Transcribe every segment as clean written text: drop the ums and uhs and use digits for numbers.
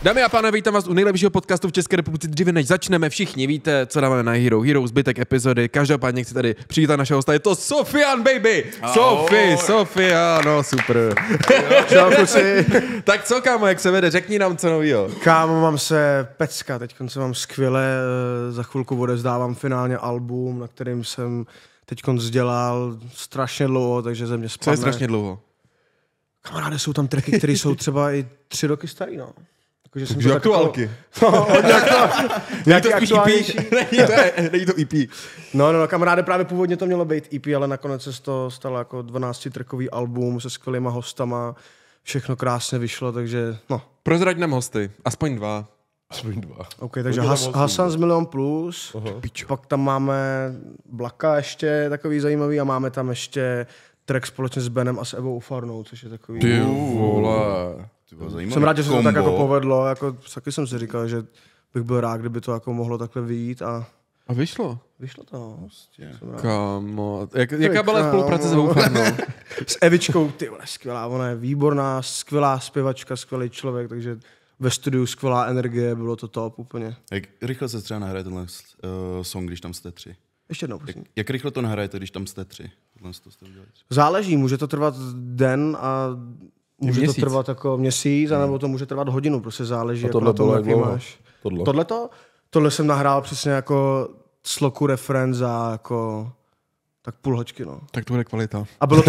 Dámy a pánové, vítám vás u nejlepšího podcastu v České republice. Dříve než začneme, všichni víte, co dáme na Hero, zbytek epizody. Každopádně chci tady přivítat našeho hosta, je to Sofian, baby! Sofia, no super. Čau, kluci. Tak co, kámo, jak se vede? Řekni nám, co novýho. Kámo, mám se pecka, teď se mám skvěle, za chvilku odevzdávám finálně album, na kterým jsem teď dělal strašně dlouho, takže ze mě spadne. Co je strašně dlouho? Kamaráde, jsou tam tracky, které jsou třeba i 3 roky starý, no. Takže aktuálky. No, hodně aktuálky. Nějaký aktuálnější. Není to EP. No, kamaráde, právě původně to mělo být EP, ale nakonec se to stalo jako 12-trackový album se skvělýma hostama. Všechno krásně vyšlo, takže no. Prozraď nám hosty, aspoň dva. OK, takže Hasan z Milion Plus, pak tam máme Blaka ještě takový zajímavý a máme tam ještě track společně s Benem a s Evou Farnou, což je takový... Ty vole. Jsem rád, že se to tak jako povedlo, jako taky jsem si říkal, že bych byl rád, kdyby to jako mohlo takhle vyjít a vyšlo? Vyšlo to, prostě. Kámo, jaká byla spolupráce s Evou Farnou? S Evičkou, ty vole, skvělá, ona je výborná, skvělá zpěvačka, skvělý člověk, takže ve studiu skvělá energie, bylo to top úplně. Jak rychle se třeba nahraje tenhle song, když tam jste 3? Ještě jednou, prosím. Jak rychle to nahrajete, když tam jste 3? Záleží, může to trvat den a může to trvat jako měsíc, anebo to může trvat hodinu, prostě záleží, jako na tom, jaký máš. Tohle jsem nahrál přesně jako sloku refren za jako tak půl hoďky, no. Tak to bude kvalita. A bylo to...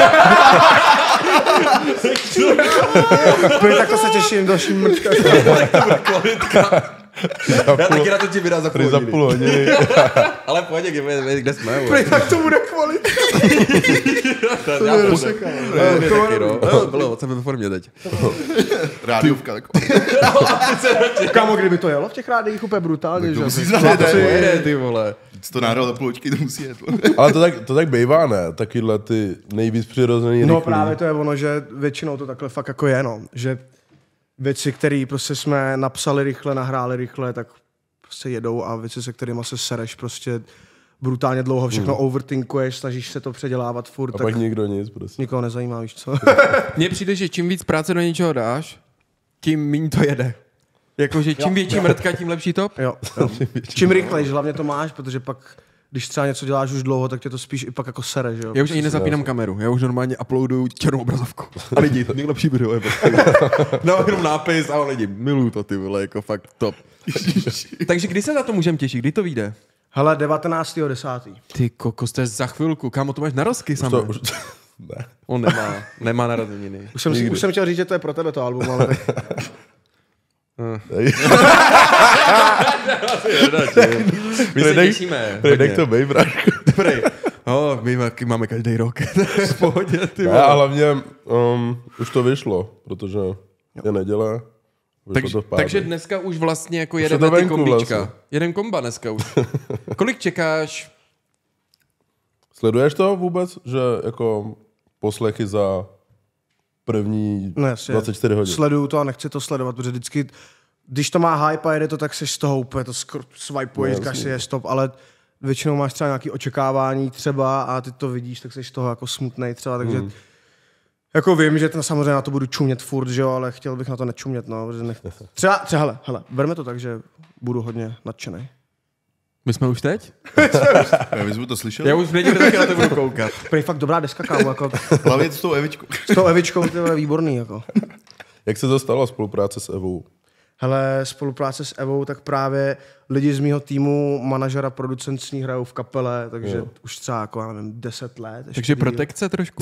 Tak to se těším, další mrčka. To bude kvalitka. Já taky na to ti vydám za půl hodiny. Ale pojď, kde jsme? Tak to bude kvalita. Já bylo, jsem ve formě teď. Rádiovka taková. Kámo, kdyby to jelo v těch rádiích úplně brutálně, že? To musí znamenat, ty vole. Jsi to nahrál za půl hoďky, to musí jet. Ale to tak bývá, ne? Takyhle ty nejvíc přirozený rychlý. No právě to je ono, že většinou to takhle fakt jako je, no. Že věci, které prostě jsme napsali rychle, nahráli rychle, tak prostě jedou a věci, se kterými se sereš prostě brutálně dlouho, všechno overthinkuješ, snažíš se to předělávat furt. A tak pak nikdo nic prostě. Nikoho nezajímá, víš co? Mně přijde, že čím víc práce do něčeho dáš, tím méně to jede. Jakože čím větší mrtka, tím lepší top? Jo. Čím rychlejš, hlavně to máš, protože pak když třeba něco děláš už dlouho, tak tě to spíš i pak jako sere, že jo? Já už ani nezapínám kameru, já už normálně uploaduju černou obrazovku. A lidi, to nejlepší video je prostě. No, jenom nápis a lidi, miluju to, ty vole, jako fakt top. Takže kdy se na to můžeme těšit, kdy to vyjde? Hele, 19.10. Ty kokos, to je za chvilku, kámo, to máš narozky samé. Ne. On nemá narozeniny. Už jsem chtěl říct, že to je pro tebe to album, ale... My se těšíme. Nech to bej, bráško. Dobrý. No, my máme každý rok. V pohodě, ty vole. A hlavně už to vyšlo, protože je neděle. Takže dneska už vlastně jako jedeme ty kombička. Vlastně. Jeden komba dneska už. Kolik čekáš? Sleduješ to vůbec, že jako poslechy za první 24 hodin? Sleduju to a nechci to sledovat, protože vždycky, když to má hype a jede to, tak seš z toho úplně, to swipeuješ, říkáš si je stop, ale většinou máš třeba nějaké očekávání třeba a ty to vidíš, tak seš z toho jako smutnej třeba, takže jako vím, že samozřejmě na to budu čumět furt, že jo, ale chtěl bych na to nečumět, no, protože třeba hele, berme to tak, že budu hodně nadšenej. My jsme už teď? My jsme to slyšeli. Já už v neděli taky na to budu koukat. Prý fakt dobrá deska, kámo, jako. Hlavně s tou Evičkou. S tou Evičkou, to je výborný, jako. Jak se to stalo spolupráce s Evou? Hele, spolupráce s Evou, tak právě lidi z mýho týmu, manažera, producent s ní hrajou v kapele, takže už třeba jako, já nevím, 10 let. Takže protekce trošku.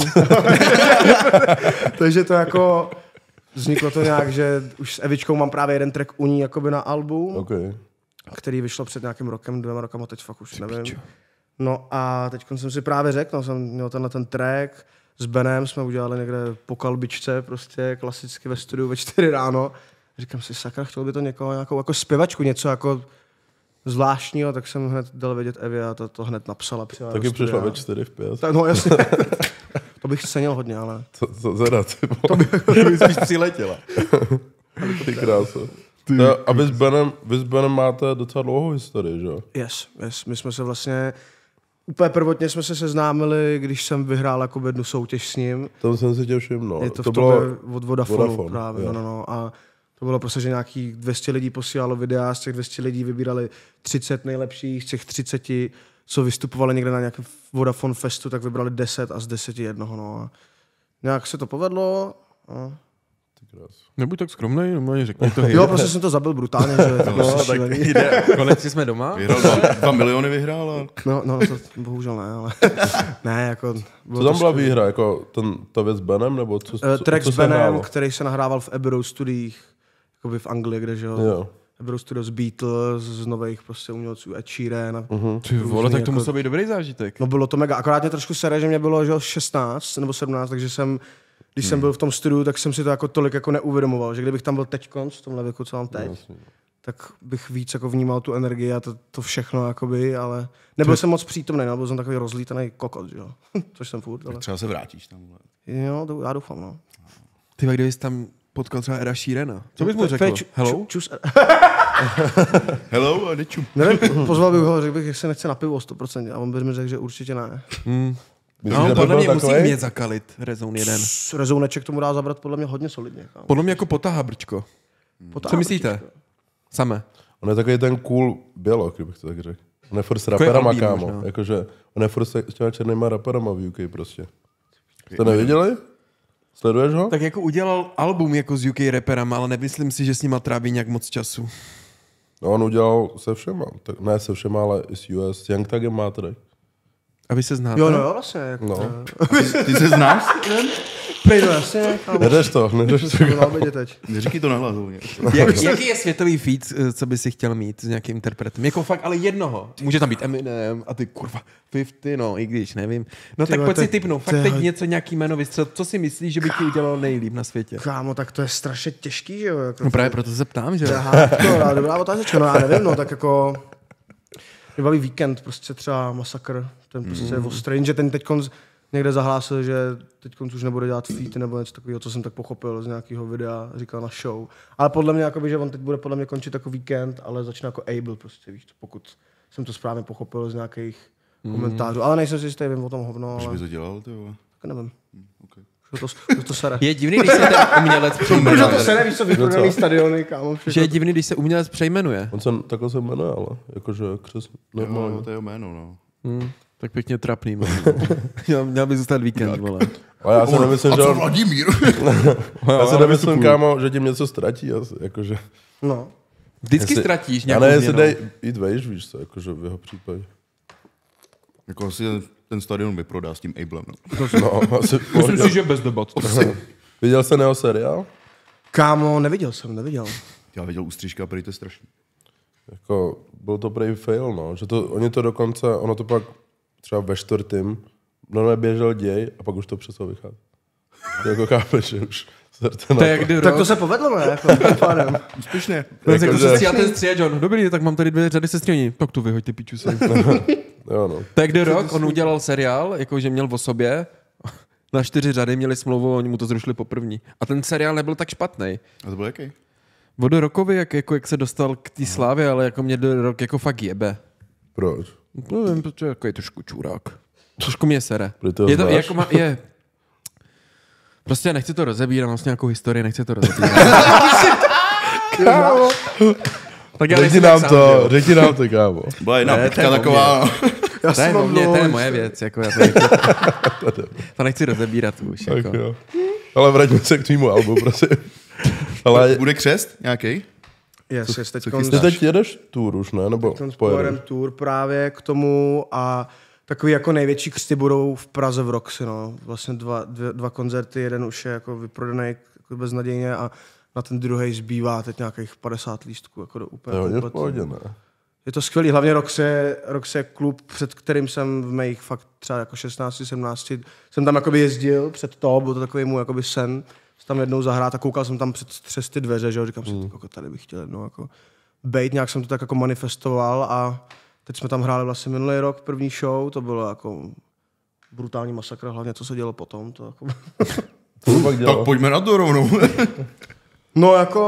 Takže to jako vzniklo to nějak, že už s Evičkou mám právě jeden track u ní jakoby na album, který vyšlo před nějakým rokem, 2 rokama, teď fakt už nevím. No a teď jsem si právě řekl, jsem měl ten track, s Benem jsme udělali někde po kalbičce, prostě klasicky ve studiu ve 4 ráno. Říkám si, sakra, chtěl by to někoho, nějakou jako zpěvačku, něco jako zvláštního, tak jsem hned dal vědět Evě a to hned napsala. Taky přišla ve 4 v 5. Tak, no jasně. To bych cenil hodně, ale... Co zadat? To by spíš přiletěla. Ty kráso. A vy s Benem máte docela dlouhou historii, že jo? Yes. My jsme se vlastně... Úplně prvotně jsme se seznámili, když jsem vyhrál jako jednu soutěž s ním. Tam jsem si tě všiml, no. Je to v bylo od Vodafonu právě, no. A To bylo prostě, že nějakých 200 lidí posílalo videa, z těch 200 lidí vybírali 30 nejlepších, z těch 30, co vystupovali někde na nějakém Vodafone Festu, tak vybrali 10 a z 10 jednoho. No. A nějak se to povedlo. A... Nebuď tak skromnej, normálně řekni to. Jo, prostě jsem to zabil brutálně, že to tak jde. Konečně jsme doma. Vyhrál 2 miliony vyhrál. A... No, to bohužel ne, ale ne, jako... Co tam byla výhra, jako ta věc s Benem, nebo co track co s Benem, který se nahrával v Abbey Road studiích, jakoby v Anglii, kde, že jo. Abbey Road Studios, Beatles, z nových prostě umělců, Ed Sheeran. Ty vole, tak to musel být dobrý zážitek. No bylo to mega, akorát mě trošku sere, že mě bylo, že 16 nebo 17, takže když jsem byl v tom studiu, tak jsem si to jako tolik jako neuvědomoval, že kdybych tam byl teďkonc, v tomhle věku, co mám teď, tak bych víc jako vnímal tu energii a to všechno, jakoby, ale nebyl jsem moc přítomný, no, byl jsem takový rozlítaný kokot, že jo, což jsem furt. Ale... Třeba se vrátíš tam. Jo, já doufám, no. Ty, kdybys tam potkal třeba Eda Sheerana. Co bys mu řekl? Hello? Hello a deču. Nevím, pozval bych ho, řekl bych, že se nechce na pivo 100%, a on by mi řekl, že určitě ne. No, podle mě musí mě zakalit Rezoun 1. Rezouneček tomu dá zabrat podle mě hodně solidně. Kámo. Podle mě jako potaha brčko. Co myslíte? Samé. On je takový ten cool bělok, kdybych to tak řekl. On je furt s raperama, kámo. Jakože on je furt s těma černýma raperama v UK prostě. Jste neviděli? Sleduješ ho? Tak jako udělal album jako s UK raperama, ale nemyslím si, že s nima tráví nějak moc času. No, on udělal se všema. Ne se všema, ale i s US. Young Thugem má tady. A vy se znáte? Jo, vlastně. Jako no. Ty se znáš? Prejdu, jasně. Nejdeš to. Neříkej to na hlavu. Jaký je světový feat, co by si chtěl mít s nějakým interpretem? Jako fakt, ale jednoho. Může tam být Eminem a ty kurva 50, no i když, nevím. No tak pojď si tipnout. Fakt teď něco, nějaký jméno vystřel. Co si myslíš, že by ti udělalo nejlíp na světě? Kámo, tak to je strašně těžký, že jo? Jako no právě proto se ptám, že jo? Dobrá otázečka, no já nevím, no tak jako... Mě baví Víkend, prostě třeba Masakr, ten prostě je ostrý, že ten teďkonc někde zahlásil, že teďkonc už nebude dělat featy nebo něco takového, co jsem tak pochopil z nějakého videa, říkal na show. Ale podle mě, jakoby, že on teď bude podle mě končit jako Víkend, ale začne jako Able prostě, víš, pokud jsem to správně pochopil z nějakých komentářů. Ale nejsem si jistý, vím o tom hovno, ale... Proč by to dělal, ty vole? Tak nevím. Okay. To sere. Je divný, když se ten umělec přejmenuje. To sere, víš co, vyprodaný stadiony, kámo. Že je divný, když se umělec přejmenuje. On se takhle se jmenuje, ale jakože křes normálně. Jo, to je jméno, no. Tak pěkně trapný, měl by zůstat Víkend, vole. Ale já se nemyslím, že... A co Vladimír? Já se nemyslím, kámo, že tím něco ztratí, jakože... No. Vždycky ztratíš nějakou změnou. změnou. Ale jestli dej jít vejš, víš co, jakože v jeho případě. Jako asi ten stadion vyprodá s tím Ablem, no. No, asi myslím si, že bez debat. Viděl jsi Neo seriál? Kámo, neviděl. Já viděl ústřížka, prý to je strašný. Jako, byl to prej fail, no. Že to, oni to dokonce, ono to pak třeba ve čtvrtým, normálně běžel děj a pak už to přestalo vycházet. Jako chápeš, že už tak to se povedlo, ne? Jako, úspěšně. Jako, to se stříháte stříhat, John. Dobrý, tak mám tady 2 řady sestření. Tak to vyhoďte, piču se. Jo, no. Tak The Rock, on udělal seriál, jakože měl o sobě. Na 4 řady měli smlouvu a oni mu to zrušili poprvní. A ten seriál nebyl tak špatný. A to byl jaký? O The Rockovi, jak se dostal k té slávě, ale jako mě The Rock jako fakt jebe. Proč? Nevím, protože jako je trošku čurák. Trošku mě sere. Je to jako je... Prostě nechci to rozebírat, mám s nějakou historii, nechci to rozebírat. Kámo. Tak řekni nám to, kámo. Byla jedna pětka taková. To je moje věc, jako já to nechci rozebírat už. Jako. Jo. Ale vraťme se k tvýmu albu, prosím. Ale... Bude křest nějaký? Yes, Ty teď jedeš tour už, ne? Nebo pojedeme tour právě k tomu a takový jako největší křty budou v Praze v Roxy, no. Vlastně dva koncerty, jeden už je jako vyprodaný jako beznadějně a na ten druhý zbývá teď nějakých 50 lístků, jako do úplně pohodě, ne? Je to skvělý, hlavně Roxy je klub, před kterým jsem v mých fakt třeba jako 16, 17, jsem tam jakoby jezdil před to, byl to takový můj jakoby sen, tam jednou zahrát a koukal jsem tam přes ty dveře, že jo, říkám si, jako tady bych chtěl jednou jako bejt, nějak jsem to tak jako manifestoval a teď jsme tam hráli vlastně minulý rok, první show, to bylo jako brutální masakr, hlavně co se dělo potom, to jako... Tak pojďme na to rovnou. No jako...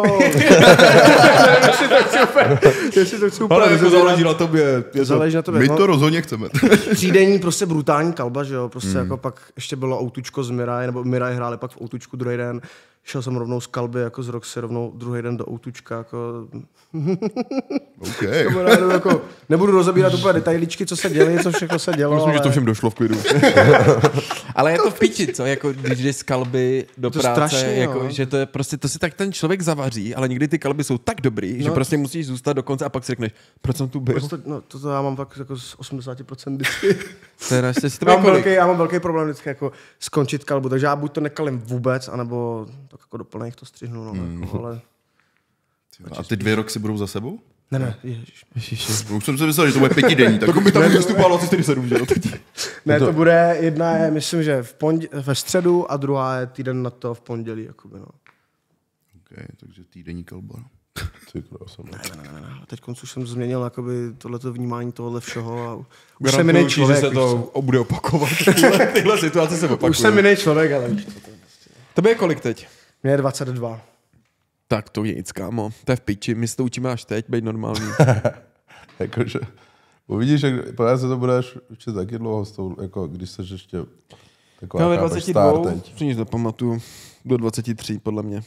jestli to chci úplně... Ale jako záleží na tobě. Záleží na tobě. My to rozhodně chceme. Třídenní prostě brutální kalba, že jo, prostě jako pak ještě bylo Outučko z Miraj, nebo Miraj hráli pak v Outučku druhý den, šel jsem rovnou z Kalby, jako z Roxy, rovnou druhý den do Outučka, jako... Okay. Kamarádu, jako nebudu rozebírat úplně detailičky, co se děli, co všechno se dělo, Myslím, ale... že to všem došlo v klidu. Ale je to v piči, co? Jako když jdeš z Kalby do To práce, strašně, jako, no. že to je prostě, to si tak ten člověk zavaří, ale někdy ty kalby jsou tak dobrý, že prostě musíš zůstat do konce a pak si řekneš, proč jsem tu byl? No, to já mám tak jako z 80% vždycky. To je naštěstí. To je Já mám velký problém vždycky jako skončit kalbu, takže já buď to nekalím vůbec, anebo tak jako doplněk to střihnu, no, jako, ale... A ty 2 roky budou za sebou? Ne, Ježiš. Už jsem si myslel, že to bude 5denní. Tak mi tam vystupalo asi 47, že jo? Ne, to bude, jedna je, myslím, že ve středu a druhá je týden na to v pondělí, jakoby, no. Okay, takže týdenní kalba. Ty krása. A teď už jsem změnil jakoby tohleto vnímání tohohle všeho a už jsem jiný člověk. Že se to bude opakovat. Tyhle situace se opakují. Už jsem jiný člověk, ale víš to. Tebe je kolik teď? Mě je 22. Tak to je nic, kámo. To je v piči. My se to učíme až teď, být normální. Jakože, uvidíš, jak právě se to bude ještě taky dlouho s tou, jako když seš ještě taková No, ve chápeš, 22, star teď. si nic nepamatuju. Do 23, podle mě.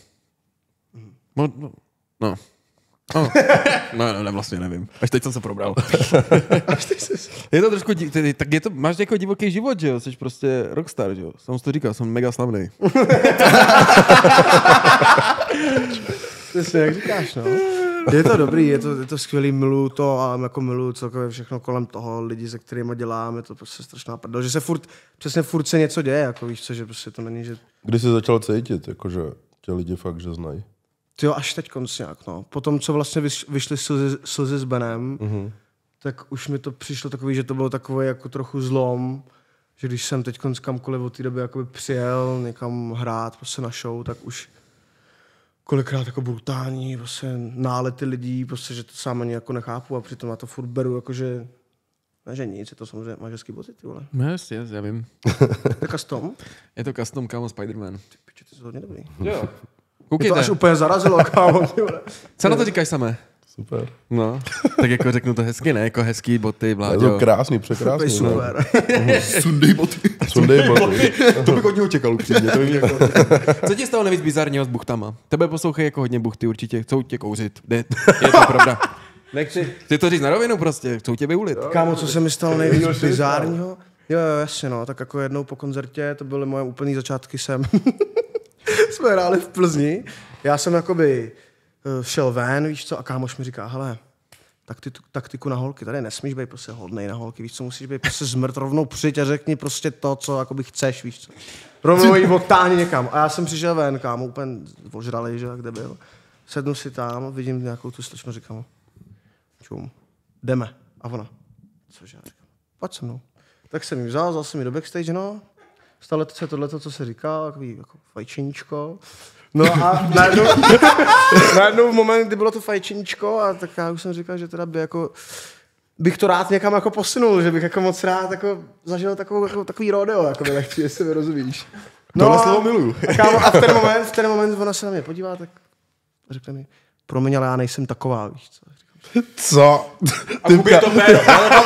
No. Ne, vlastně nevím. Až teď jsem se probral. Je to trošku, tak je to, máš jako divoký život, že jo? Jsi prostě rockstar, že jo? Jsem to říkal, jsem mega slavný. Přesně, jak říkáš, no. Je to dobrý, je to skvělý, miluju to a jako miluju celkově všechno kolem toho, lidi, se kterými dělám, je to prostě strašná prdel, že se furt se něco děje, jako víš co, že prostě to není, že... Kdy jsi začal cítit, jakože tě lidi fakt, že znají? Jo, až teď konc nějak, no. Potom, co vlastně vyšly slzy s Benem, tak už mi to přišlo takový, že to bylo takový jako trochu zlom, že když jsem teď kamkoliv od té doby jakoby přijel někam hrát prostě na show, tak už kolikrát jako brutální, prostě nálety lidí, prostě, že to sám ani jako nechápu a přitom já to furt beru, jakože ne, že nic, je to samozřejmě máš hezký pocit, ty vole. Yes, já vím. To je custom? Je to custom, kámo, Spider-Man. Ty piče, ty jsi hodně dobrý. Jo. Mě Koukejte. to až úplně zarazilo, kámo, ty vole. Co na to říkáš samé? Super. No, tak jako řeknu to hezky, ne? Jako hezký boty, Je to Vláďo. krásný, To je překrásný. super. Sundej boty. Sundej boty. To bych od něho čekal upřímně. Co ti stalo nejvíc bizarního s buchtama? Tebe poslouchají jako hodně buchty určitě. Chcou tě kouřit. Je to pravda. Nechci. Chci to říct na rovinu prostě. Chcou tě vyulit. Kámo, co se mi stalo nejvíc bizárního? Jo, jasně, no, tak jako jednou po koncertě, to byly moje úplný začátky jsme hráli v Plzni. Já jsem jakoby šel ven, víš co, a kámoš mi říká, hele, taktiku na holky, tady nesmíš být prostě hodnej na holky, víš co, musíš být prostě zmrt, rovnou přijď a řekni prostě to, co jakoby chceš, víš co. Rovnou jí odtáhni někam. A já jsem přišel ven, kámo, úplně ožralej, že, kde byl. Sednu si tam, vidím nějakou tu slečnu, říkám, čum, jdeme. A ona, cože, já říkám, pojď se mnou. Tak jsem ji vzal jsem ji do backstage, no, stalo se tohleto, co se říká, takový jako fajčeníčko. No a najednou v moment, kdy bylo to fajčeníčko, a tak já už jsem říkal, že teda by jako, bych to rád někam jako posunul, že bych jako moc rád jako zažil takový rodeo, jako nechci, jestli mi rozumíš. No Tohle slovo miluju. A v ten moment ona se na mě podívá, tak řekne mi, promiň, ale já nejsem taková, víš co. Co? A kupě to jméno.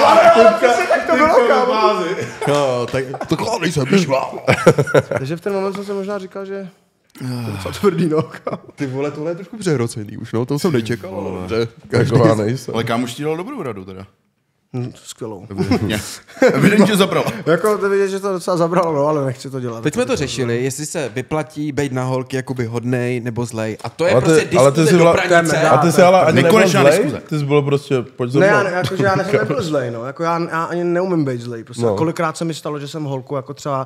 Tak to bylo, kámo. No, tak nejsem vyšla. Takže v ten moment jsem se možná říkal, že co tvrdý, no, kámo. Ty vole, tohle je trošku přehrocený už, no, to jsem nečekal, ale dobře. Taková nejsem. Ale kámoš ti dal dobrou radu teda. Skvělou. Evidentně zabrala. Jako to vidět, že to docela zabralo, no, ale nechci to dělat. Teď jsme to řešili, jestli se vyplatí být na holky jakoby hodnej nebo zlej. A to je Ale prostě ale ty diskuze jsi do byla- pranice. A A ty jsi ale ani nebyl Nekonečná zlej? diskuze. Ty jsi byl prostě, pojď za Ne, mnou. já nebyl zlej, no. Jako já ani neumím být zlej. Prostě. No. Kolikrát se mi stalo, že jsem holku, jako třeba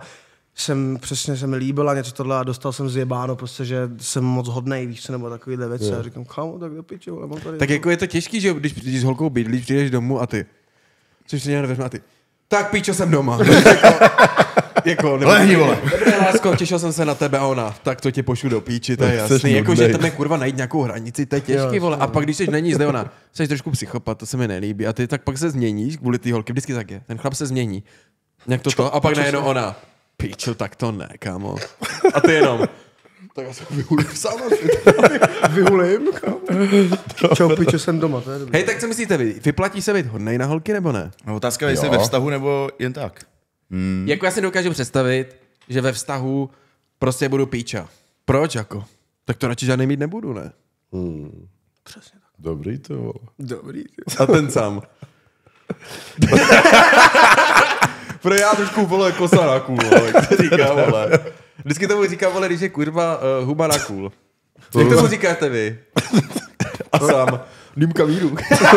se mi líbila něco tohle a dostal jsem zjebáno, prostě, že jsem moc hodnej, víš co, nebo takovýhle věci. A říkám, kámo, tak do piči, vole, mám tady... Tak jako je to těžký, že jo, když s holkou bydlíš, přijdeš domů a ty, což si někdo vezme a ty, tak píčo, jsem doma. Jako, nebo, Lehni, vole. Dobré, lásko, těšil jsem se na tebe a ona, tak to tě pošlu do píči, to je No, jsi jasný. Jako, že nudnej. tebe kurva najít nějakou hranici, to je těžký, vole. A pak když jsi není zde ona, jsi trošku psychopat, to se mi nelíbí. A ty tak pak se změníš kvůli té holky, vždycky tak je. Ten chlap se změní. Jak to, a pak najednou ona, píčo, tak to ne, kámo. A ty jenom, tak já se vyhulím sám. Vyhulím, kámo. Čau, pičo, jsem doma, to je dobrý. Hej, tak co myslíte vy? Vyplatí se být hodnej na holky nebo ne? No, otázka je, jestli Jo. ve vztahu nebo jen tak. Jako já si dokážu představit, že ve vztahu prostě budu píča. Proč jako? Tak to radši žádný mít nebudu, ne? Přesně tak. Dobrý to, vole. Dobrý. A ten sám. Pro já trošku, vole, kosa na kůl, vole, jak se říká, vole. Vždycky tomu říkám, vole, když je kurva huba na kůl. Jak tomu říkáte vy? A sám. Dýmka víru.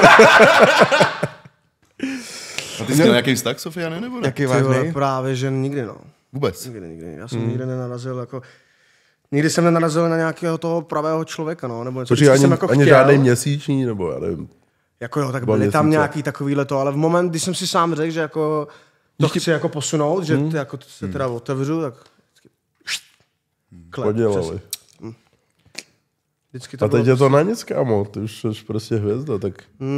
A ty jsi měl nějaký vztah, Sofiane, nebo ne? Jaký vážný? Právě, že nikdy, no. Vůbec. Nikdy. Já jsem nikdy nenarazil jako... Nikdy jsem nenarazil na nějakého toho pravého člověka, no. Nebo něco, Počkej, jsem jako ani chtěl. žádný měsíční, nebo já nevím. Jako jo, tak Dva byly tam měsíce. nějaký takovýhle to, ale v moment, kdy jsem si sám řekl, že jako to chci jako posunout, že jako se teda otevřu, tak Podělali. Vždycky to A teď bylo... je to na nic, kámo. Ty už jsi prostě hvězda, tak...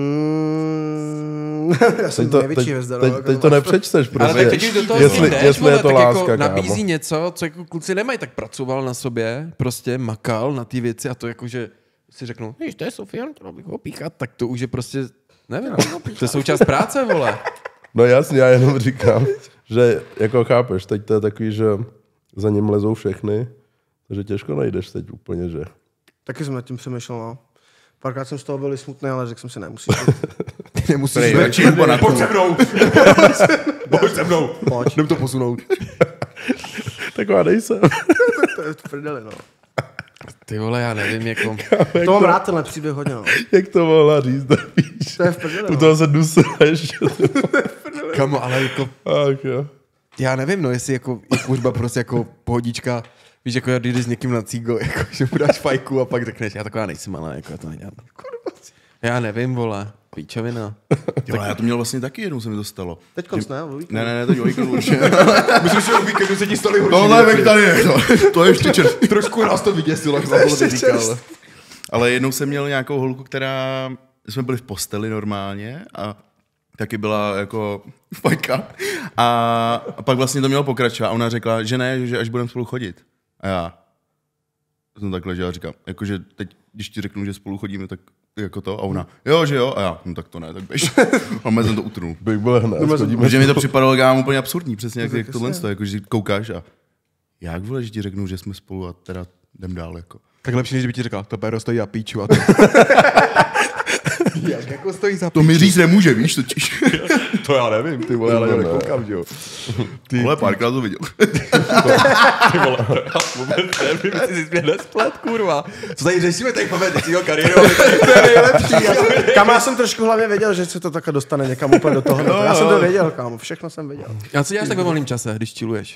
já jsem Teď to, největší teď, hvězda. teď, no, teď to nepřečteš, Ale prostě. tak teď už do toho jestli, jdeš, jestli vole, je to tak láska, jako kámo. nabízí něco, co jako kluci nemají, tak pracoval na sobě, prostě makal na ty věci a to jako, že si řeknou, víš, to je Sofian, to bych ho píchat, tak to už je prostě, nevím, to je součást práce, vole. No jasně, já jenom říkám, že jako chápeš, teď to je takový, že za ním lezou všechny, takže těžko najdeš teď úplně, že... Taky jsem nad tím přemýšlel, no. Párkrát jsem z toho byl smutný, ale řekl jsem si, nemusíš. Ty nemusíš Prej, radši huba na kůl. se mnou, pojď se mnou, Pojď. jdem to posunout. Taková nejsem. To je v prdeli, no. Ty vole, já nevím, jako... To mám rád tenhle příběh hodně, no. Jak to mohla říct, víš? To je v prdeli, U no. toho se dusila ještě. Kamo, ale jako, Ach jo. já nevím, no, jestli jako je kuřba prostě jako pohodička, víš, jako když jdeš s někým na cígo, jako, že mu dáš fajku a pak řekneš, já taková nejsem, ale jako to nedělám. Já nevím, vole, píčovina. Jo, já to měl vlastně taky, jednou se mi to stalo. Teď konc, ne? O víkendu. Ne, teď o víkendu už. Myslím, že o víkendu se ti staly horší Tohle bych tady ne, to je ještě čert. Trošku nás to vyděsilo, jak vám to říkal. Ale jednou jsem měl nějakou holku, která, jsme byli v posteli normálně a taky byla jako fajka. A pak vlastně to mělo pokračovat a ona řekla, že ne, že až budeme spolu chodit. A já jsem tak ležel a říkám, jakože teď, když ti řeknu, že spolu chodíme, tak jako to. A ona, jo, že jo. A já, no tak to ne, tak běž. A mě jsem to utrnul. Bych byl hned. Protože mi to připadalo kámo úplně absurdní, přesně jak tohle stojí, jako že koukáš a jak vole, že ti řeknu, že jsme spolu a teda jdem dál, jako. Tak lepší, než by ti řekla, to péro stojí za píču a to. Jak jako stojí za To mi říct nemůže, víš, totiž. To já nevím, ty vole, ale já nekoukám, že jo. Ale párkrát to viděl. Ty vole, já vůbec nevím, jestli jsi mě nesplet, kurva. Co tady řešíme, tady máme děcího kariéru, to je nejlepší. Kam já jsem trošku hlavně věděl, že se to takhle dostane někam úplně do toho. Já jsem to věděl, kámo, všechno jsem věděl. A co děláš tak ve volném čase, když chilluješ?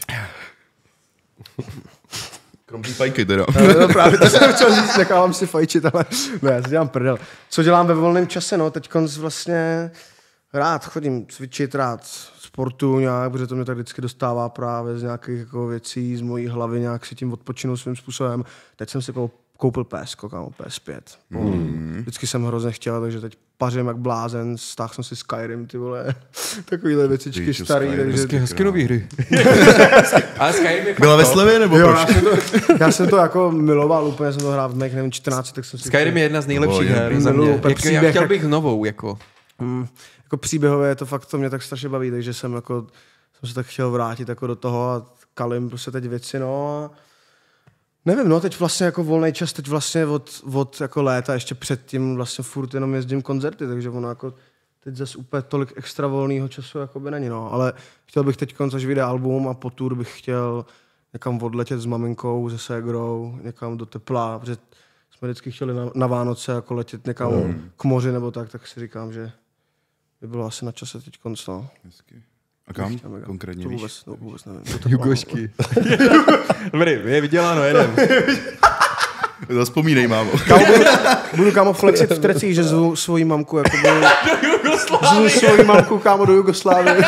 Krom té fajky teda. No právě, to jsem chtěl říct, nechávám si fajčit, ale ne, já si dělám prdel. Co dělám ve volném čase, no, teď vlastně rád chodím cvičit, rád sportu nějak, protože to mě tak vždycky dostává právě z nějakých jako věcí, z mojí hlavy, nějak si tím odpočinu svým způsobem. Teď jsem si koupil PS, kámo, PS5. Vždycky jsem hrozně chtěl, takže teď pařím jak blázen, stáhl jsem si Skyrim, ty vole, takovýhle věcičky Víš, starý, Skyrim, takže... Hezky nový hry. Ale Skyrim je fakt Byla ve top. slevě, nebo Jo, proč? já jsem to jako miloval, úplně jsem to hrál v mých, nevím, 14, tak jsem si... Skyrim je jedna z nejlepších Bože, her za miluju mě. úplně Jako, já příběh, chtěl jak- bych novou, jako. Jako příběhové je to fakt, to mě tak strašně baví, takže jsem se tak chtěl vrátit jako do toho a kalím prostě teď věci, no a nevím, no teď vlastně jako volný čas, teď vlastně od jako léta, ještě předtím vlastně furt jenom jezdím koncerty, takže ono jako teď zase úplně tolik extra volného času jako by není, no, ale chtěl bych teď až vyjde album a po tour bych chtěl někam odletět s maminkou, se ségrou, někam do tepla, protože jsme vždycky chtěli na Vánoce jako letět někam k moři nebo tak si říkám, že by bylo asi na čase teď konc, no. A kam konkrétně, To víš? vůbec nevím. Jugošky. Dobrý, je vyděláno, jedem. Zaspomínej, mámo. Budu kámo flexit v trecích, že zvu svoji mamku, jako zvu svoji mamku kámo do Jugoslávie.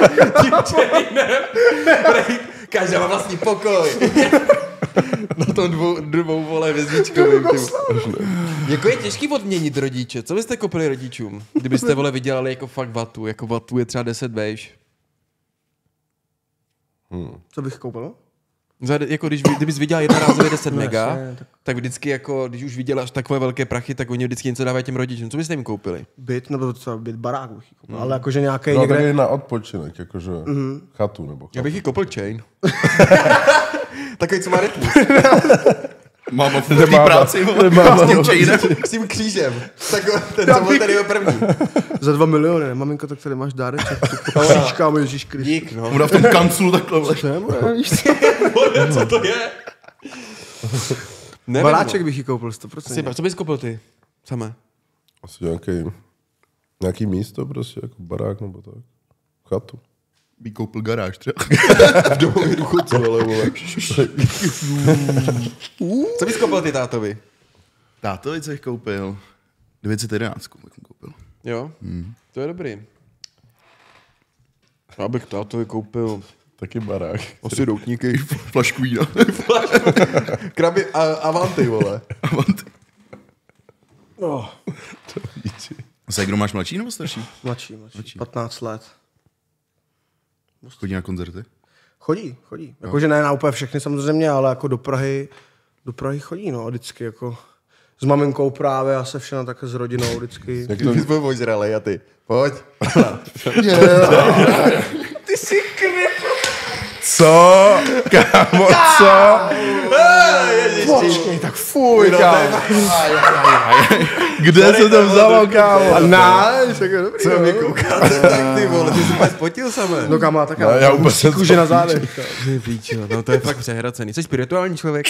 Každá má vlastní pokoj. Na tom dvou vole vězničkovým. Jako je těžký odměnit rodiče. Co byste koupili rodičům? Kdybyste vole vydělali jako fakt vatu. Jako vatu je třeba 10 bejš. Co bych koupil? Jako kdybys vydělal jednorázově 10 mega, jasně, tak vždycky jako, když už vyděláš takové velké prachy, tak oni vždycky něco dávají těm rodičům. Co byste jim koupili? Byt, nebo třeba byt barák bych jí koupil. Ale jakože nějaký No, někde... taky na odpočinek, jakože chatu nebo Já chatu. bych jí koupil chain. Takový, co má rytmus. Máma v té práci, s tím chainem. S tím křížem. Tak ten, co byl tady první. Za 2 miliony, maminko, tak tady máš dáreček. Křížkáme, Ježíš Kristus. Dík, no. Ona v tom kanclu takhle vleš. Co to je? Nevím, Baráček bych jí koupil 100%. Co bys koupil ty? Samé. Asi nějaký místo prostě, jako barák nebo tak. Chatu. By koupil garáž třeba. V domově důchodců, ale vole. Co bys koupil ty tátovi? Tátovi, co jich koupil? 911 bych koupil. Jo? To je dobrý. Já bych tátovi koupil Taky barák. asi doutníky. Flašku vína. Krabi Avanty, vole. Avanty. No. Kdo máš mladší nebo starší? Mladší. 15 let. Chodí na koncerty? Chodí. Jakože ne na úplně všechny samozřejmě, ale jako do Prahy chodí, no, vždycky jako s maminkou právě a se všem tak s rodinou vždycky. Jak to Jsme ožralej a ty. Pojď. Ty jsi Co? Kámo, co? počkej, tak fuj, kámo. Kde se to vzalo, kámo? A náš, tak je dobrý. Co mi koukáte? Tak ty vole, ty jsi úplně spotil samé. No kámo, tak já úplně jsem kůže na zádech. Ty píčo, no to je fakt přehracený. Jsi spirituální člověk?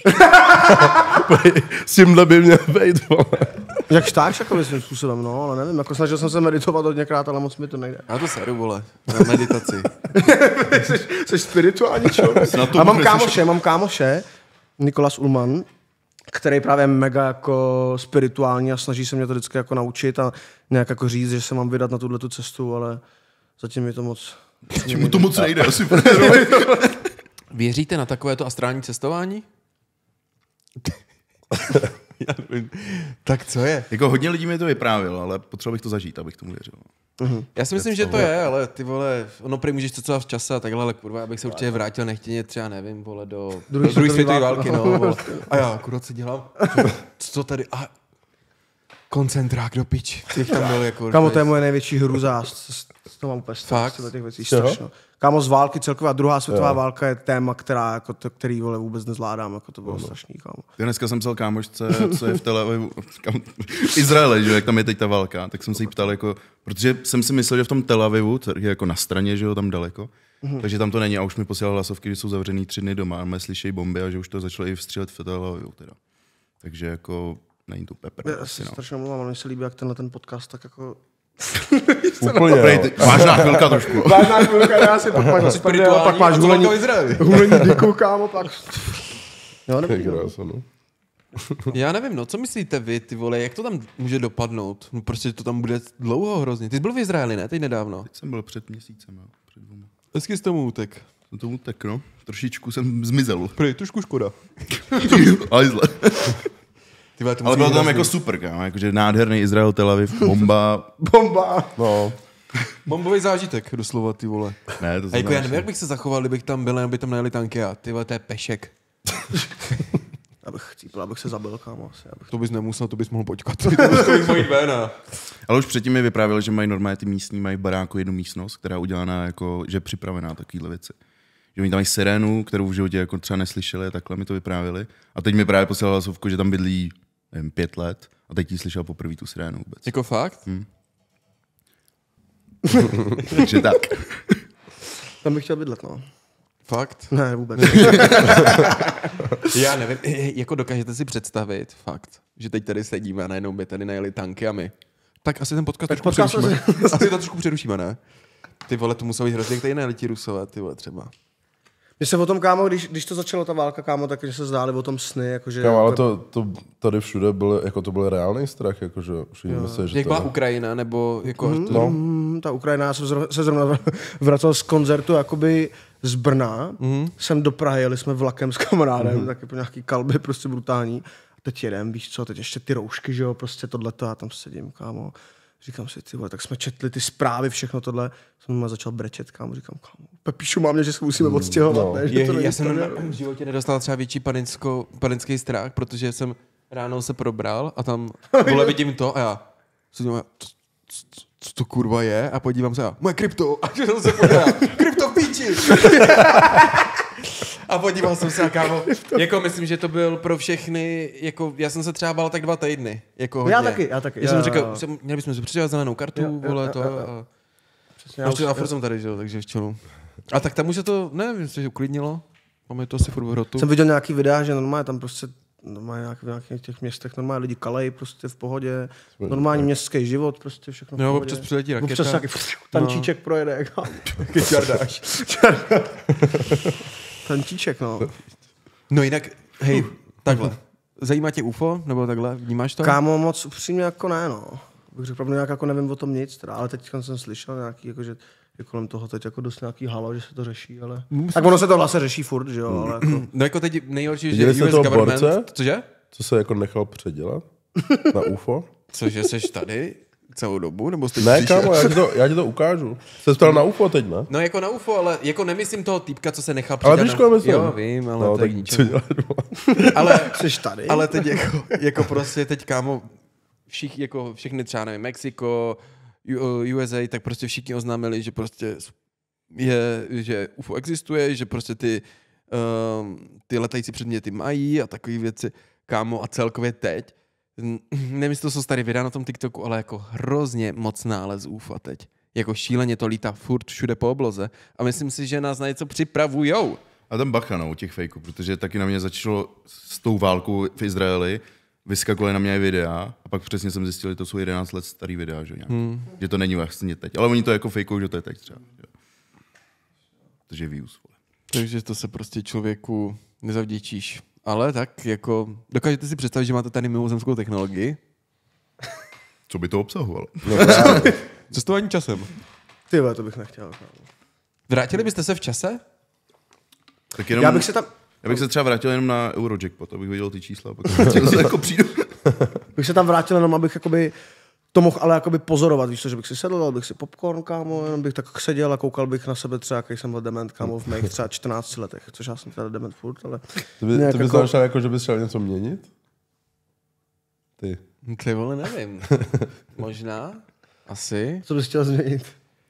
S tímhle by měl být, vole. Jak štáš jako svým způsobem, no, ale nevím, jako snažil jsem se meditovat hodněkrát, ale moc mi to nejde. Já to seru, vole, na meditaci. Jsi spirituální člověk. A mám kámoše, Nikolas Ullman, který právě je mega jako spirituální a snaží se mě to vždycky jako naučit a nějak jako říct, že se mám vydat na tuhletu cestu, ale zatím mi to moc... Mu to moc nejde, asi. Věříte na takovéto astrální cestování? Já nevím. Tak co je? Jako hodně lidí mi to vyprávělo, ale potřeboval bych to zažít, abych tomu věřil. Já si myslím, že to je, ale ty vole, ono prý můžeš cestovat v čase a takhle, ale kurva, abych se určitě vrátil nechtěně třeba, nevím, vole, do druhé světové války, no, vole. A já akurát si dělám, co tady, a koncentrák do pič. Těch tam byl jako... Kámo, to je moje největší hruza, to mám úplně Fakt? těch věcí strašno. Kámo, z války celková druhá světová válka je téma, který vole vůbec nezvládám, jako to bylo strašný, kámo. Dneska jsem psal kámošce, co je v Tel Avivu, v Izraeli, že jak tam je teď ta válka, tak jsem se jí ptal, jako, protože jsem si myslel, že v tom Tel Avivu, je jako na straně, že jo, tam daleko, takže tam to není a už mi posílal hlasovky, že jsou zavřený 3 dny doma a my slyšejí bomby a že už to začalo i vstřílet v Tel Avivu teda. Takže jako není to pepr. Já si strašně mluvám, ale mně se líbí, jak ten podcast tak jako... Úplně, Vážná chvilka trošku. Vážná chvilka, já si pak máš hulení dyku, kámo, pak... Jo, nevím. Já nevím, no, co myslíte vy, ty vole, jak to tam může dopadnout? No prostě to tam bude dlouho hrozně. Ty jsi byl v Izraeli, ne? Teď nedávno. Teď jsem byl před měsícem, jo, před 2. Hezky jsi tomu utek. Jsem tomu utek, no. Trošičku jsem zmizel. Prej, trošku škoda. Ale zle. Ale bylo to tam hrozný. jako super, kámo, jakože nádherný Izrael, Tel Aviv, bomba. no. Bombový zážitek, doslova, ty vole. Ne, to A jako já nevím, jak bych se zachoval, kdybych tam byl, aby tam najeli tanky a ty vole, to je pešek. Abych chcípil, abych se zabil, kámo. To bys nemusel, to bys mohl počkat. To bys mohl jít ven a... Ale už předtím mi vyprávěli, že mají normálně ty místní, mají v baráku jednu místnost, která je udělaná jako, že je připravená takovýhle věci. Že oni tam mají sirénu, kterou v životě jako třeba neslyšeli, takhle mi to vyprávěli. A teď mi právě posílala hlasovku, že tam bydlí, nevím, 5 let a teď ji slyšel poprvé tu sirénu vůbec. Jako fakt? Takže tak. Tam bych chtěl bydlet, no. Fakt? Ne, vůbec. Já nevím, jako dokážete si představit, fakt, že teď tady sedíme a najednou by tady najeli tanky a my. Tak asi ten podcast trošku přerušíme. Asi to trošku přerušíme, ne? Ty vole, to muselo být hrozně, jak tady najeli ti Rusové, ty vole, třeba. Mně se o tom, kámo, když to začalo ta válka, kámo, takže se zdály o tom sny, jakože... Kámo, ale to tady všude bylo, jako to byl reálný strach, jakože všichni mysleli, že Jak to byla je... Ukrajina, nebo jako... Ta Ukrajina, já jsem se zrovna vracel z koncertu jakoby z Brna, jsem do Prahy, jeli jsme vlakem s kamarádem, taky po nějaký kalby, prostě brutální. A teď jedem, víš co, teď ještě ty roušky, že jo, prostě tohleto, já tam sedím, kámo. Říkám si, ty vole, tak jsme četli ty zprávy, všechno tohle. Jsem začal brečet, kámo, říkám, kámo, Pepíšu mám mě, že se musíme odstěhovat, ne? Že to já jsem v životě nedostal třeba větší panický strach, protože jsem ráno se probral a tam vole vidím to a já si říkám, co to kurva je? A podívám se a moje krypto. A že jsem se podíval, krypto v píči. A podíval jsem se, kámo, jako myslím, že to byl pro všechny, jako já jsem se třeba bál tak 2 týdny, jako hodně. Já taky. Já jsem říkal, měli bychom si přidělat zelenou kartu, vole, to a... Přesně, a furt jsem tady, že jo, takže v čelu. A tak tam už se to, nevím, se uklidnilo, máme to asi furt v hrotu. Jsem viděl nějaký videa, že normálně tam prostě normálně v nějakých těch městech normálně lidi kalej prostě v pohodě, normální městský život, prostě všechno v no, pohodě. občas přiletí raketa. Občas nějaký tančíček projede. Čardáš. Tančíček, no. No jinak, hej, takhle. Zajímá tě UFO, nebo takhle, vnímáš to? Kámo, moc upřímně jako ne, no. Bych řekl, pravdu, nějak jako nevím o tom nic, teda, ale teď jsem slyšel nějaký, jako, že je kolem toho teď jako dost nějaký halo, že se to řeší, ale... Tak ono se to vlastně řeší furt, že jo, ale jako... No jako teď nejhorší, Viděli že jste US toho government... borce? Cože? Co se jako nechal předělat na UFO? Cože, seš tady celou dobu, nebo jsi Ne, kámo, já ti to ukážu. Jsi ptal na UFO teď, ne? No jako na UFO, ale jako nemyslím toho týpka, co se nechal Ale předělat. víš, koho myslím? Jo, vím, ale No, to je tak k co ničemu. dělat? Ale, Jseš tady? ale teď jako prostě teď, kámo, jako všechny třeba, nevím, Mexiko, USA, tak prostě všichni oznámili, že prostě že UFO existuje, že prostě ty letající předměty mají a takové věci, kámo, a celkově teď, nevím, jestli to jsou starý videa na tom TikToku, ale jako hrozně moc nález UFO teď. Jako šíleně to lítá furt všude po obloze a myslím si, že nás na něco připravujou. A tam bacha, no, u těch fejků, protože taky na mě začalo s tou válkou v Izraeli, vyskakovaly na mě videa a pak přesně jsem zjistil, že to jsou 11 let starý videa, že, že to není vlastně teď. Ale oni to jako fejkou, že to je teď třeba. Že? Takže views. Takže to se prostě člověku nezavděčíš. Ale tak jako, dokážete si představit, že máte tady mimozemskou technologii? Co by to obsahovalo? No právě. Cestování časem. Ty vole, to bych nechtěl. Kámo. Vrátili byste se v čase? Tak jenom, Já bych se třeba vrátil jenom na Eurojackpot, abych viděl ty čísla a pak se jako přijdu. bych se tam vrátil jenom, abych jakoby to mohl ale jakoby pozorovat, víš co, že bych si sedl, dal bych si popcorn, kámo, jenom bych tak seděl a koukal bych na sebe třeba, jaký jsem byl dement, kámo, v mých třeba 14 letech, což já jsem teda dement furt, ale... Ty bys jako... znamenal, jako, že bys chtěl něco měnit? Ty. Ty vole, nevím. Možná? Asi? Co bys chtěl změnit?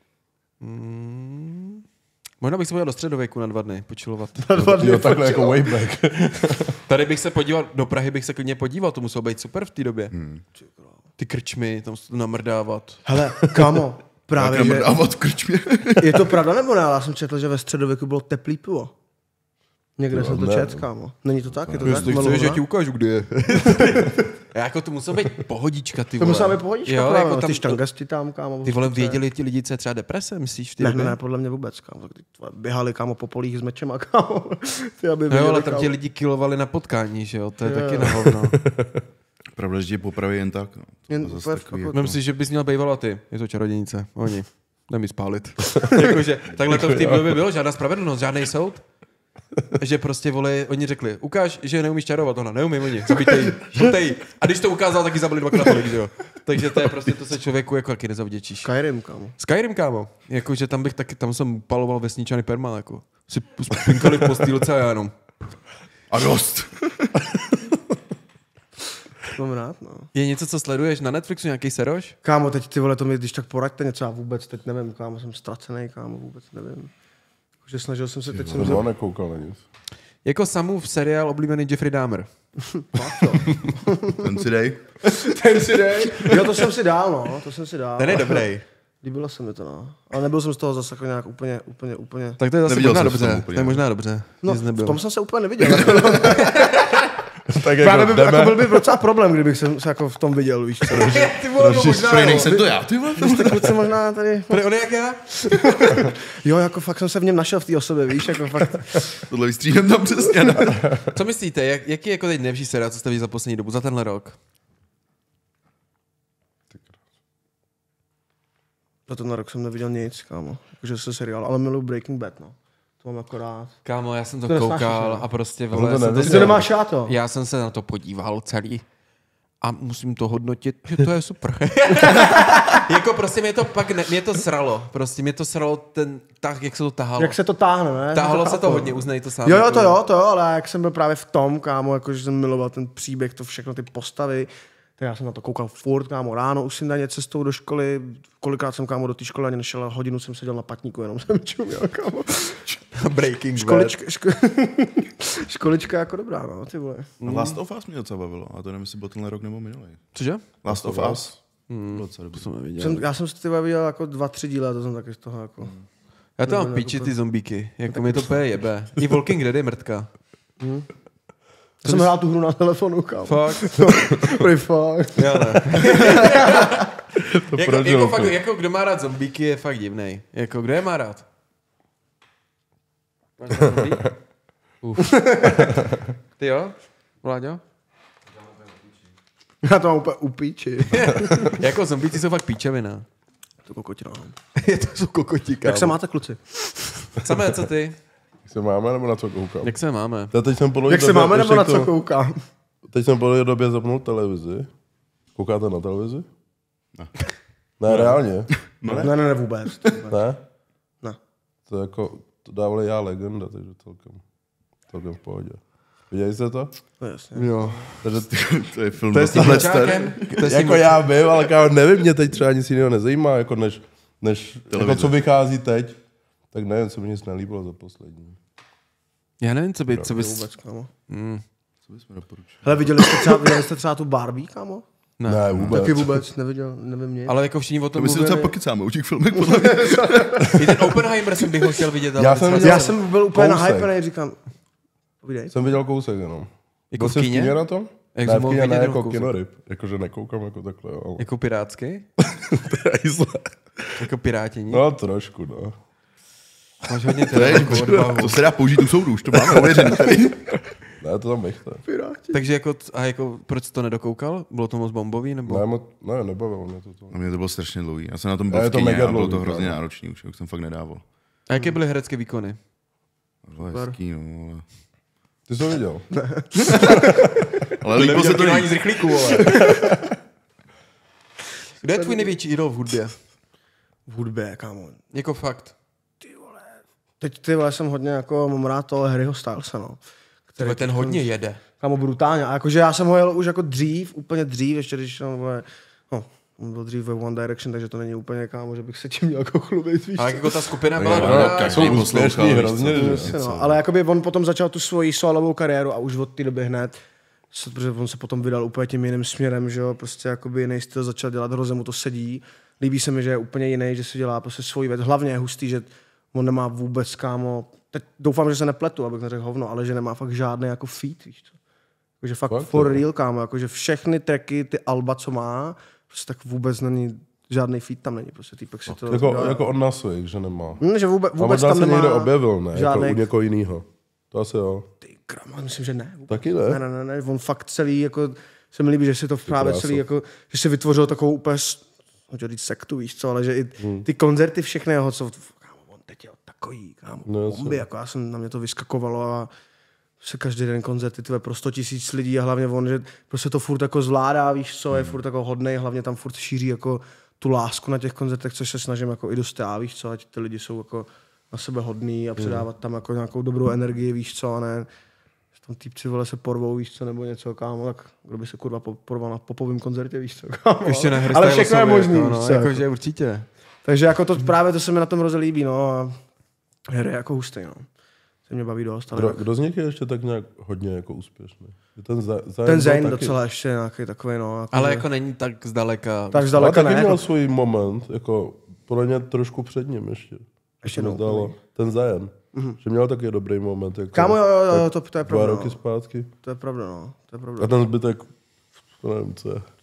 Možná bych se podíval do středověku na 2 dny, počilovat. Jo, takhle jako way back. Tady bych se podíval, do Prahy bych se klidně podíval, to muselo být super v té době. Ty krčmy, tam se to namrdávat. Hele, kámo, právě, že... Namrdávat v krčmě. Je to pravda nebo ne? Já jsem četl, že ve středověku bylo teplý pivo. Někde jsem to četl, kámo. Není to tak? Je to tak? Jestli chceš, že ti ukážu, kde je. Jako to muselo být pohodička, ty To vole. musela být pohodička, jo, právě, jako tam, ty štangasti tam, kámo. ty vole, věděli ti lidi, co je třeba deprese, myslíš v té Ne, době? ne, podle mě vůbec, kámo. Běhali, kámo, po polích s mečema, kámo. Ty, aby No jo, viděli, ale tam kámo. ti lidi kilovali na potkání, že jo, to je taky na hovno. Pravda, že tě popraví jen tak. No. Jen To zase úplně takový, jako- Vem si, že bys měl bývala ty. Je to čarodějnice. Oni. Jdem ji spálit. Jakože takhle to v té době bylo, žádná spravedlnost, žádný soud. Že prostě, vole, oni řekli, ukáž, že neumíš čarovat, ona neumím, oni, zabijte jí. A když to ukázal, tak ji zabili 2krát tolik, že jo. Takže to je prostě, to se člověku jako taky nezavděčíš. Skyrim, kámo. Skyrim, kámo. Jakože tam bych taky, tam jsem paloval vesničany perma, jako. Si pinkali v postýlce a já jenom. A dost. Mám rád, no. Je něco, co sleduješ na Netflixu, nějaký seroš? Kámo, teď ty vole, to mi, když tak poraďte něco, já vůbec teď nevím, kámo, jsem ztracený, kámo, vůbec nevím. Že snažil jsem se, teď jsem Nebo nekoukal na nic. Jako Samův seriál oblíbený Jeffrey Dahmer. Ten si dej. Ten si dej. Jo, to jsem si dál, no, to jsem si dál. Ten je dobrý. Líbilo se mi to, no. Ale nebyl jsem z toho zase jako nějak úplně... Tak to je zase Neviděl možná jsem to dobře. úplně. To je možná dobře. No, Nic v nebyl. tom jsem se úplně neviděl. Jako, no. Tak Právě by, jdeme. jako byl by docela problém, kdybych se jako v tom viděl, víš co. Ty vole, no možná, Prej, nejsem to já, ty vole. Jste kluci možná tady... Prej, on je jak já? Jo, jako fakt jsem se v něm našel v té osobě, víš, jako fakt... Tohle vystřídám tam přesně. Ne? Co myslíte, jaký je jako teď nejlepší seriál, co jste viděli za poslední dobu, za tenhle rok? Za ten rok jsem neviděl nic, kámo. Jakože se seriál, ale miluji Breaking Bad, no. To mám jako rád. Kámo, já jsem to To nesnášíš, koukal ne? a prostě, to vole, jsem neviděl. Ty to nemáš já to. já jsem se na to podíval celý a musím to hodnotit, že to je super. Jako prostě mě to sralo. Prostě mě to sralo ten tah, jak se to tahalo. Jak se to táhne, ne? Tahalo To se to chápu. hodně, uznej to sám. Jo, jako- to jo, ale jak jsem byl právě v tom, kámo, jakože jsem miloval ten příběh, to všechno, ty postavy, Já jsem na to koukal furt, kámo, ráno už si na ně cestou do školy, kolikrát jsem, kámo, do té školy ani nešel, hodinu jsem seděl na patníku, jenom jsem čuměl, kámo. Breaking Bad. Školička jako dobrá, no, ty vole. Last of Us mě docela bavilo, a to nevím, jestli byl tenhle rok nebo minulý. Cože? Last of Us. Docela dobrý. Já jsem si ty vole viděl jako 2-3 díly a to jsem taky z toho jako... Já to mám píči, ty zombíky. Jako mi to úplně jebe. I Walking Dead je mrtka. Já jsem hrál tu hru na telefonu, kámo. Fakt? Fakt. Já ne. prožil to. Jako kdo má rád zombíky, je fakt divnej. Jako kdo je má rád? Máš rád zombík? Ty jo? Vláďo? Já to mám úplně upíči. Jako zombíci jsou fakt píčevina. To kokotina. To jsou kokoti, kámo. Jak se máte, kluci? Samé, co ty? Jak se máme nebo na co koukám? Jak se máme? Teď jsem Jak se máme nebo na co koukám? Teď jsem po době zapnul televizi. Koukáte na televizi? Ne, reálně. Ne, vůbec. Ne? Ne. To jako, to dávali Já legenda, takže celkem v pohodě. Viděli jste to? No jasně. Jo. Takže To je film. To je s tím Vlčákem? jako já byl, ale kámo, nevím, mě teď třeba nic jiného nezajímá, jako než jako co vychází teď, tak nevím, co mi nic nelíbilo za poslední. Já nevím, co by... Vůbec, kámo. Co bychom doporučili? Hele, viděli jste třeba tu Barbie, kámo? Ne, vůbec. Taky vůbec neviděl, nevím nic. Ale jako všichni o To tom my si docela mluvili. pokecáme u těch filmek, podle mě. I ten Oppenheimer jsem bych ho chtěl vidět. Ale Já jsem byl úplně Kousek. nahypený, říkám, povídej. Jsem viděl kousek jenom. Jako Byl v jsi v kyně? kyně na to? Jak Ne, jsem v mohl kyně ne vidět jako kousek? kinoryb. Jakože nekoukám jako takhle, ale... Jako pirátsky? Jako... Jako pirátění? No trošku, no. Máš hodně To je, teda odvahu. to se dá použít u soudu, už to máme ověřený tady. Ne, to tam nechte. Takže jako, proč jsi to nedokoukal? Bylo to moc bombový, nebo? Ne, nebavilo mě to. A mě to bylo strašně dlouhý. Já jsem na tom byl A je v to kyně mega a bylo to dlouhý, hrozně právě. náročný už jsem fakt nedával. A jaké byly herecké výkony? Bylo hezký, no, ale... Ty jsi to viděl? Ale líbilo se to ani nejvíc. z rychlíku, vole. Kdo je tvůj největší idol v hudbě? V hudbě, kámo. Jako fakt. Teď ty vole jsem hodně jako, mám rád toho Harryho Stylesa, no. Který ten hodně jede. Kámo, brutálně. A jakože já jsem ho jel už jako dřív, úplně dřív, ještě když on byl dřív ve One Direction, takže to není úplně, kámo, že bych se tím měl jako chlubit, víš. Ale jako ta skupina No, byla dobrá. každý poslouchal, víš hrozně, co. že? No, ale jakoby on potom začal tu svoji solovou kariéru a už od té doby hned, protože on se potom vydal úplně tím jiným směrem, že jo, prostě jakoby jiný styl začal dělat, hrozně mu to sedí. Líbí se mi, že je úplně jiný, že si dělá prostě svoji věc. Hlavně je hustý, že on nemá vůbec, kámo, teď doufám, že se nepletu, abych neřekl hovno, ale že nemá fakt žádný jako feat, víš co. Jakože fakt for real, kámo, jakože všechny tracky, ty alba, co má, prostě tak vůbec není, žádný feat tam není, prostě týpek si to... Jako on na svých, že nemá. že vůbec A možná tam se nemá někde objevil, ne? Jako žádnej- u někoho jinýho. To asi jo. Ty krama, myslím, že ne. Vůbec. Taky ne? Ne, on fakt celý, jako, se mi líbí, že si to právě krása. celý, jako, že si vytvořil takovou úplně, chtěl říct sektu, víš co, ale že i ty koncerty všechny jeho, co, kámo, on teď je takový, kámo, No, bomby, jako já jsem, na mě to vyskakovalo a se každý den koncerty, tvé pro 100 000 lidí a hlavně on, že prostě to furt jako zvládá, víš co, je furt jako hodnej, hlavně tam furt šíří jako tu lásku na těch koncertech, což se snažím jako i dostat, víš co, ať ty lidi jsou jako na sebe hodný a předávat tam jako nějakou dobrou energii, víš co, a ne, že tam týpci vole se porvou, víš co, nebo něco, kámo, tak kdo by se kurva porval na popovém koncertě, víš co, kámo. Ještě na ale všechno je možný, jako, víš no, co, jakože určitě. takže jako to právě to se mi na tom hrozně líbí, no a hry je jako hustý, no. Se mě baví dost, ale Kdo z nich je ještě tak nějak hodně jako úspěšný? ten Zayn docela ještě nějaký takový, no. Jako Ale že- jako není tak zdaleka. tak Ale zdaleka taky ne, měl jako, svůj moment, jako podle mě trošku před ním ještě. Ještě To mi no, zdálo. Ten Zayn. Že měl taky dobrý moment. Jako kámo, jo, to je 2 pravda, roky no. zpátky. To je pravda, no. To je pravda. A ten zbytek, to nevím, co je.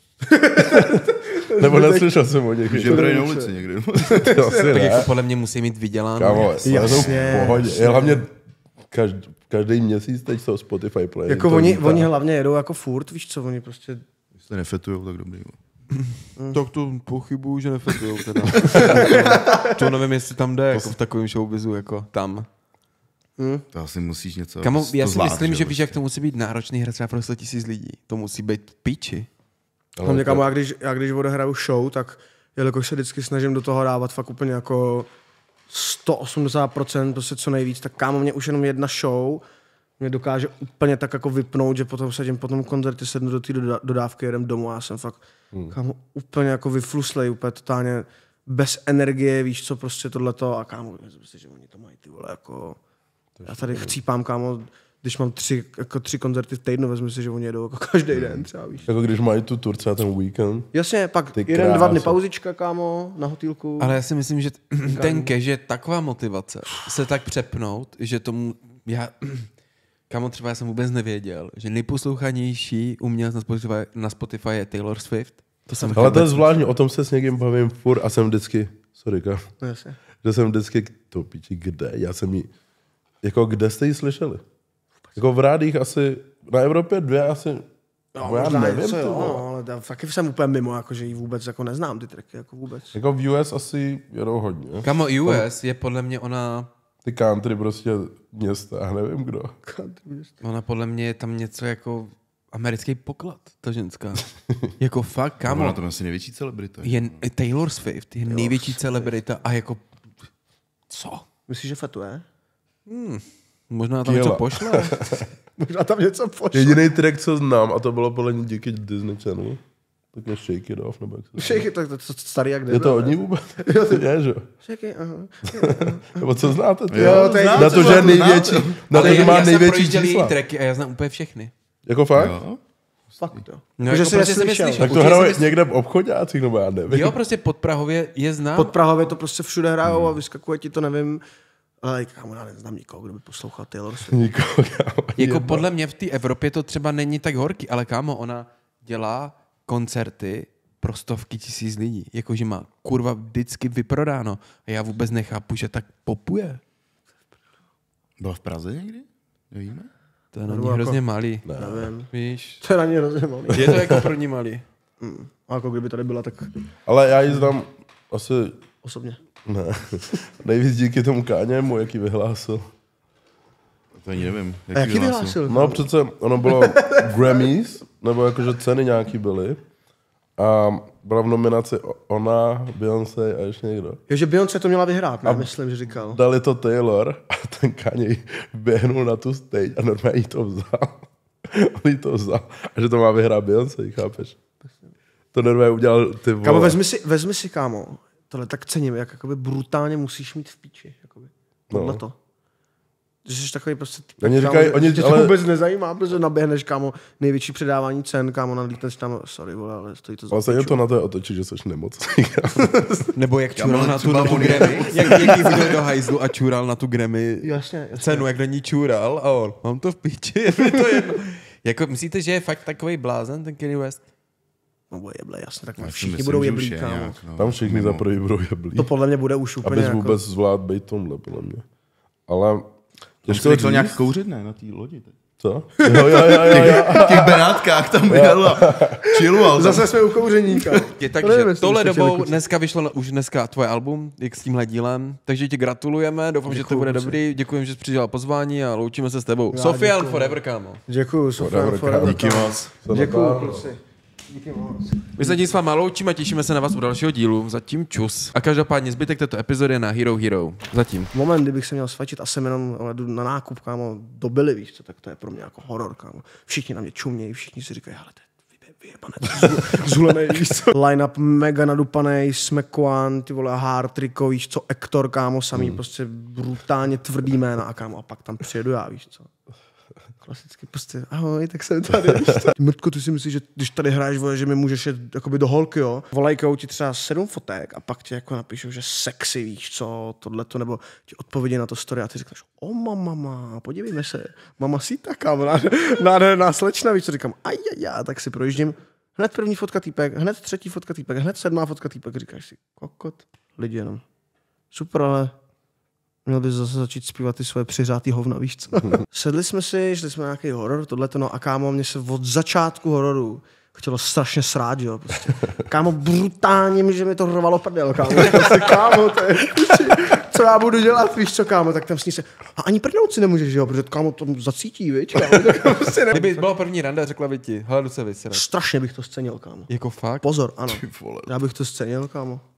Nebo neslyšel jsem o něch. Že brali na ulici někdy. To asi Tak ne. jako podle mě musí mít vyděláno. Kámo, Jasně. já jsem v pohodě. Je hlavně každý měsíc teď jsou Spotify play. Jako oni hlavně jedou jako furt, víš co, oni prostě... Když se nefetujou, tak dobrý. Tak to pochybuju, že nefetujou teda. To nevím, jestli tam jde, jako v takovém showbizu, jako tam. To asi musíš něco... Kamo, já to si zvládat, myslím, že víš, prostě. jak to musí být náročný hra třeba pro 100 000 lidí. To musí být píči. Hlavně, kámo, já když odehraju show, tak jelikož se vždycky snažím do toho dávat fakt úplně jako 180%, prostě co nejvíc, tak kámo, mě už jenom jedna show mě dokáže úplně tak jako vypnout, že potom sedím po tom koncertě, sednu do té dodávky, jedem domů a já jsem fakt kámo, úplně jako vyfluslej, úplně totálně bez energie, víš co, prostě tohleto a kámo, myslím si, že oni to mají ty vole jako, já tady chcípám kámo, když mám tři koncerty v týdnu, vezmu si, že oni jedou jako každý den třeba, víš. Jako když mají tu tur třeba ten víkend. Jasně, pak 1-2 dny pauzička, kámo, na hotýlku. Ale já si myslím, že ten cash je taková motivace se tak přepnout, že tomu, kámo, třeba já jsem vůbec nevěděl, že nejposlouchanější umělec na Spotify je Taylor Swift. To jsem ale to je zvláštní, o tom se s někým bavím furt a jsem vždycky, sorry, kámo, že jsem vždycky, to piči, kde? Já jsem jí, jako kde jste ji slyšeli? Jako v rádích asi, na Evropě 2 asi, no, já nevím, co jo, ale já fakt jsem úplně mimo, jako, že ji vůbec jako neznám ty tracky, jako vůbec. Jako v US asi jedou hodně. Kámo, US je podle mě ona... Ty country prostě města, já nevím kdo. Ona podle mě je tam něco jako americký poklad, ta ženská. Jako fakt, kámo. Ona to je asi největší celebrita. Taylor Swift je největší celebrita a jako... Co? Myslíš, že fetuje? Možná tam něco pošle. Možná tam něco pošle. Jediný track, co znám, a to bylo podle mě díky Disney Channel, tak je Shake It Off, nebo jak se Shake It, tak to starý jak je to od ní vůbec? Je, že? Shake It, aha. Nebo co znáte? Jo, to je na to, že je největší, na to, že má největší čísla. Tracky a já znám úplně všechny. Jako fakt? Jo. Fakt to. No, jako prostě jsem je slyšel. Tak to hrajou někde v obchodácích, nebo já nevím. Jo, prostě pod Prahově je znám. Pod Prahově to prostě všude hrajou a vyskakuje ti to, nevím. Ale kámo, já neznám nikoho, kdo by poslouchal Taylor Swift. Nikoho, kámo. Jako podle mě v té Evropě to třeba není tak horký, ale kámo, ona dělá koncerty pro stovky tisíc lidí. Jakože má kurva vždycky vyprodáno. A já vůbec nechápu, že tak popuje. Byla v Praze někdy? Nevíme? To je na ní hrozně malý. Nevím. Víš? To je na ní hrozně malý. Je to jako pro ní malý. A jako kdyby tady byla, tak Ale já ji znám asi, osobně. ne, nejvíc díky tomu Káněmu, jaký vyhlásil. To ani nevím. A jaký vyhlásil? No přece ono bylo Grammys, nebo jakože ceny nějaký byly. A byla v nominaci ona, Beyoncé a ještě někdo. Jo, že Beyoncé to měla vyhrát, ne? Myslím, že říkal. Dali to Taylor a ten Kanye běhnul na tu stage a normálně jí to vzal. On jí to vzal. A že to má vyhrát Beyoncé, chápeš? To normálně udělal ty vole. Kámo, vezmi si, kámo. Tohle tak cením, jak jakoby brutálně musíš mít v píči. Jakoby. Tohleto. Že jsi takový prostě typ, oni kámo, říkají, oni, tě to ale... vůbec nezajímá, protože naběhneš, kámo, největší předávání cen, kámo, nalítneš tam, sorry, vole, ale stojí to za vlastně piču. to na to je otočit, že jsi nemocný. Nebo jak čural na tu Grammy, jak jí hodil do hajzlu a čural na tu Grammy Jasně. cenu, jak na ní čural a on, mám to v píči, je mi to jedno. Jako, myslíte, že je fakt takovej blázen, ten Kanye West? No bude jeble, jasně, tak Já všichni myslím, budou že jeblí, už je kámo. nějak, no. Tam všichni za prvý budou jeblí. To podle mě bude už úplně Abys jako... vůbec zvlád být tomhle, podle mě. Ale... Těžko to nějak kouřit, ne, na té lodi. Co? Jo. V těch Benátkách tam byl a chilloval. Zase jsme u kouřeníka. Je tak, že tohle dobou dneska vyšlo už dneska tvoje album, jak s tímhle dílem, takže ti gratulujeme, doufám, že to bude dobrý, děkujeme, že jsi přijal pozvání a loučíme se s tebou. Sofian forever, kámo. Děkuju, Sofian forever. Díky moc. Děkuju, kluci. Díky moc. My se tím s váma loučíme a těšíme se na vás u dalšího dílu. Zatím čus. A každopádně zbytek této epizody je na Hero Hero. Zatím. Moment, kdybych se měl svačit a jsem jenom jdu na nákup, kámo, do Billy, víš co, tak to je pro mě jako horor, kámo. Všichni na mě čumějí, všichni si říkají, hele, to je vyjebané, zulenej, víš co. Line-up mega nadupanej, Smekoan, ty vole, Hard Rico, víš co, Ektor, kámo, samý prostě brutálně tvrdý jména a kámo, a pak tam přijedu já, víš co. Klasicky prostě, ahoj, tak jsem tady. Mrtko, ty si myslíš, že když tady hraješ, vole, že mi můžeš jet jakoby do holky, jo? Volajkou ti třeba 7 fotek a pak ti jako napíšou, že sexy, víš co, tohleto, nebo ti odpovědí na to story a ty říkáš, o mama, podívejme se, mama síta, kámo, nádherná slečna, víš co, říkám, ajajá, tak si projíždím, hned první fotka týpek, hned třetí fotka týpek, hned 7. fotka týpek, říkáš si, kokot, lidi jenom, super, ale měl bys zase začít zpívat ty svoje přiřátý hovna, víš co? Sedli jsme si, šli jsme na nějaký horor, tohleto, no a kámo, mě se od začátku hororu chtělo strašně srát, jo, prostě. Kámo, brutálně, že mi to rvalo prdel, kámo. Prostě, kámo, to je, co já budu dělat, víš co, kámo, tak tam s ní se, a ani prdnout si nemůžeš, jo, protože kámo, to zacítí, víš, kámo, tak prostě ne. Kdyby bylo první rande, řekla by ti, hele, jdu se vysrat. Strašně bych to scenil, kámo. Jako fakt? Pozor, ano. Ty vole. Já bych to scenil, kámo.